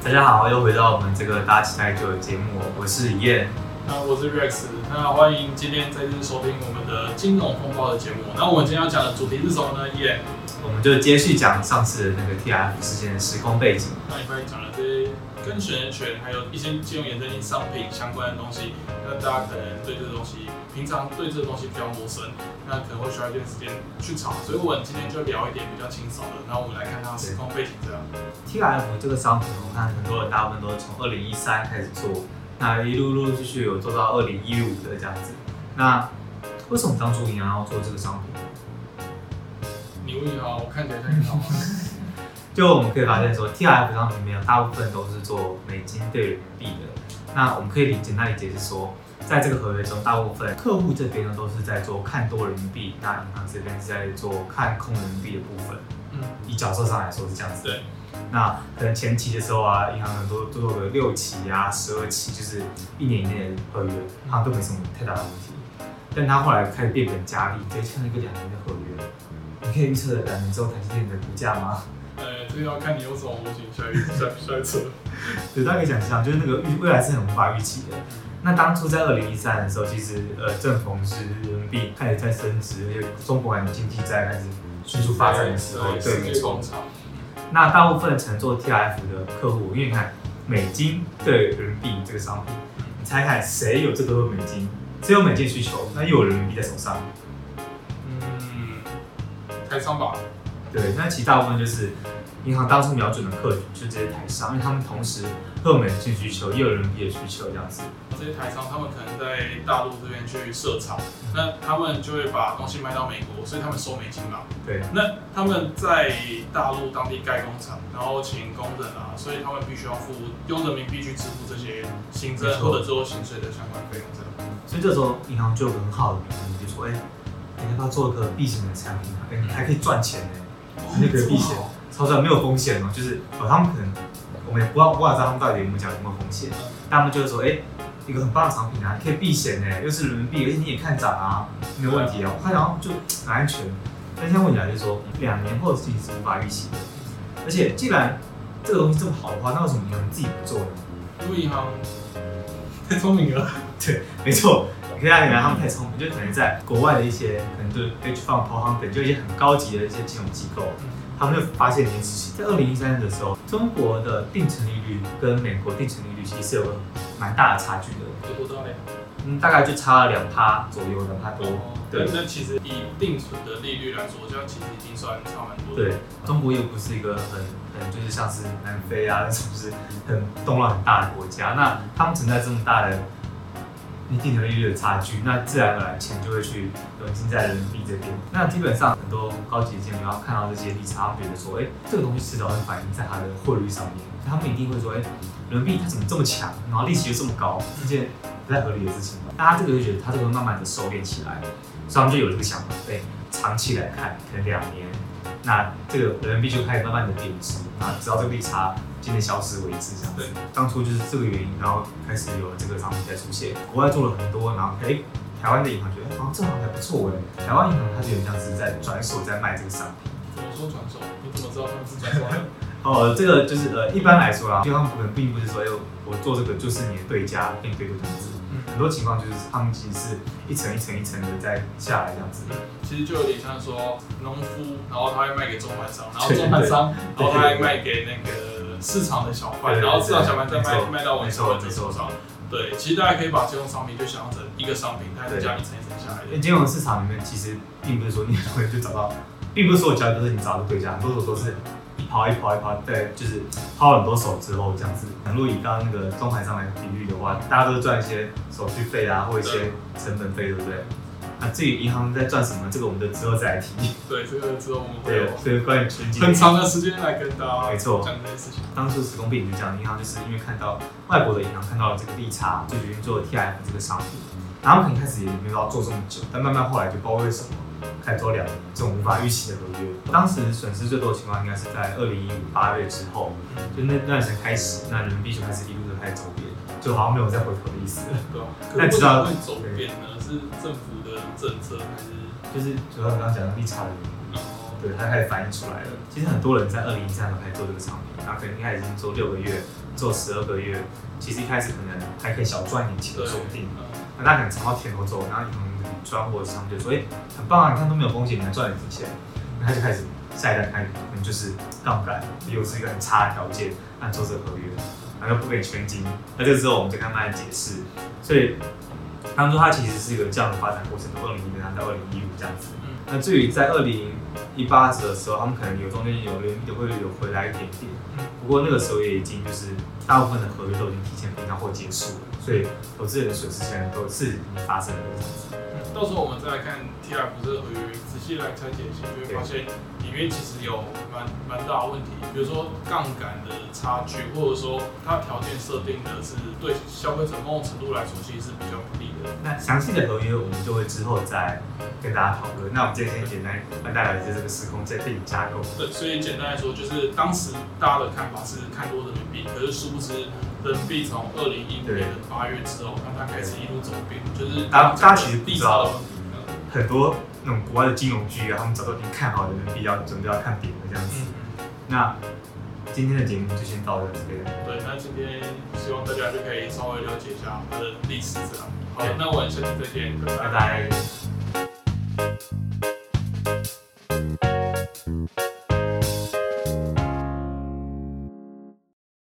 大家好，又回到我们这个大家期待久的节目，我是燕。 我是 Rex。欢迎今天再次收听我们的金融风暴的节目。我们今天要讲的主题是什么呢？燕， 我们就接续讲上次的那个 TRF 事件的时空背景。 那你发现讲了这些跟选择权还有一些金融衍生性商品相关的东西，那大家可能对这个东西平常对这个东西比较陌生，那可能会需要一点时间去查，所以我们今天就聊一点比较轻松的，然后我们来看它时空背景这样。 TRF 这个商品，我看很多人大部分都是从2013开始做，那一路陆续有做到2015的这样子。那为什么当初银行要做这个商品？ 你问银行，我看起来像银行吗？ 就我们可以发现说 ，TRF 商品里面大部分都是做美金对人民币的。那我们可以简单理解是说，在这个合约中，大部分客户这边呢都是在做看多人民币，那银行这边是在做看空人民币的部分。以角色上来说是这样子。 对。 那可能前期的时候啊，银行很多做个6期啊、12期，就是1年以内的合约，好像都没什么太大的问题。但他后来开始变本加厉，直接签了一个2年的合约。你可以预测2年之后台积电的股价吗？ 这个要看你用什么模型下测。 对，大家可以想象，就是那个未来是很无法预期的。那当初在2013的时候，其实正逢是人民币开始在升值，而且中国版经济在开始迅速发展的时候，对，没错。那大部分乘坐 TRF 的客户，因为你看美金对人民币这个商品，你猜看谁有这个美金？只有美金需求，那又有人民币在手上。 台商吧。 对，那其实大部分就是银行当初瞄准的客群，就这些台商，因为他们同时会有美金需求，也有人民币的需求这样子。 这些台商他们可能在大陆这边去设厂，那他们就会把东西卖到美国，所以他们收美金嘛。 对。 那他们在大陆当地盖工厂，然后请工人啊，所以他们必须要用人民币去支付这些行政或者做薪水的相关费用。 所以这时候银行就有很好的比喻，就说：你要不要做一个避险的产品啊？你还可以赚钱呢。那个避险超赚，没有风险哦，就是他们可能我们也不知道他们到底有没有讲有没有风险，但他们就是说，一个很棒的产品啊，你可以避险呢，又是人民币，而且你也看涨啊，没有问题啊，我看然后就很安全。但现在问题来就是说，2年后的事情是无法预期的，而且既然这个东西这么好的话，那为什么银行自己不做呢？ 因为银行太聪明了。 对，没错。你可以看起来他们太聪明，就可能在国外的一些可能对 hedge fund、投行等，就一些很高级的一些金融机构，他们就发现一件事情，在2013年的时候，中国的定存利率跟美国定存利率其实是有个蛮大的差距的。 有多大嘞？ 大概就差了2%左右，2%多。 对，那其实以定存的利率来说，这样其实已经算差蛮多的。 对，中国又不是一个很就是像是南非啊那种就是很动乱很大的国家，那他们存在这么大的定存利率的差距，那自然而然钱就会去涌进在人民币这边。那基本上很多高级的金融要看到这些利差，他们觉得说，这个东西迟早会反映在它的汇率上面，他们一定会说，人民币它怎么这么强，然后利息又这么高，是件不太合理的事情嘛。大家这个就觉得它这个会慢慢的收敛起来，所以他们就有这个想法，长期来看，可能2年，那这个人民币就开始慢慢的贬值，然后直到这个利差渐渐消失为止，这样子。当初就是这个原因，然后开始有了这个商品在出现。国外做了很多，然后台湾的银行觉得，这行还不错台湾银行它就有点像是在转手在卖这个商品。 怎么说转手？你怎么知道他们是转手呢？ 这个就是一般来说啦，就他们可能并不是说，我做这个就是你的对价，跟你对个投资。很多情况就是他们其实是一层一层一层的在下来这样子。 其实就有点像说农夫，然后他会卖给中盘商，然后中盘商，然后他会卖给那个市场的小贩，然后市场小贩再卖到我们消费者手上。对，其实大家可以把金融商品就想象成一个商品，它是这样一层一层下来的。 金融市场里面其实并不是说你很容易就找到，并不是所有交易都是你找到对价，很多时候都是一抛，对，就是抛了很多手之后这样子。如果以刚刚那个中盘商来比喻的话，大家都赚一些手续费啊，或一些成本费，对不对？那至于银行在赚什么，这个我们就之后再来提。 对，这个之后我们会有对关于纯金很长的时间来跟大家没错讲这件事情。 当初时空背景就讲，银行就是因为看到外国的银行看到了这个利差，就决定做 TRF 这个商品。然后他们可能一开始也没有要做这么久，但慢慢后来就不知道为什么开始做2年这种无法预期的合约。当时损失最多的情况应该是在2015 8月之后，就那段时间开始，那人民币就开始一路的开始走贬，就好像没有再回头的意思了。 对啊，那知道会走贬呢？是政府的政策还是？ 就是主要刚刚讲的利差的原因。 对，它开始反映出来了。其实很多人在2013就开始做这个产品，然后可能一开始已经做6个月，做12个月，其实一开始可能还可以小赚一点钱说不定。那他可能尝到甜头之后，然后银行专货商就说，很棒啊，你看都没有风险，你还赚了几钱，那他就开始下一代开可能就是杠杆，又是一个很差的条件，按做这个合约，然后又不给你全金，那这个之后我们再跟他慢慢解释，所以他们说它其实是一个这样的发展过程，从2010年到2015这样子。那至于在2018的时候，他们可能中间会有回来一点点，不过那个时候也已经就是大部分的合约都已经提前平仓或结束了，所以投资人的损失现在都是已经发生了这样子。 到时候我们再来看 TF 这个合约，仔细来拆解一下，就会发现里面其实有蛮大的问题，比如说杠杆的差距，或者说它条件设定的是对消费者某种程度来说其实是比较不利的。 那详细的合约我们就会之后再跟大家讨论。那我们今天先简单帮大家了解这个时空这背景架构。 对，所以简单来说，就是当时大家的看法是看多人民币，可是殊不知人民币从2015年的8月之后，那它开始一路走贬，就是大家其实不知道。很多那种国外的金融剧啊，他们早都已经看好人民币准备要看贬了这样子。那今天的节目就先到这边。 对，那今天希望大家就可以稍微了解一下它的历史这样。好，那我们下期再见，拜拜。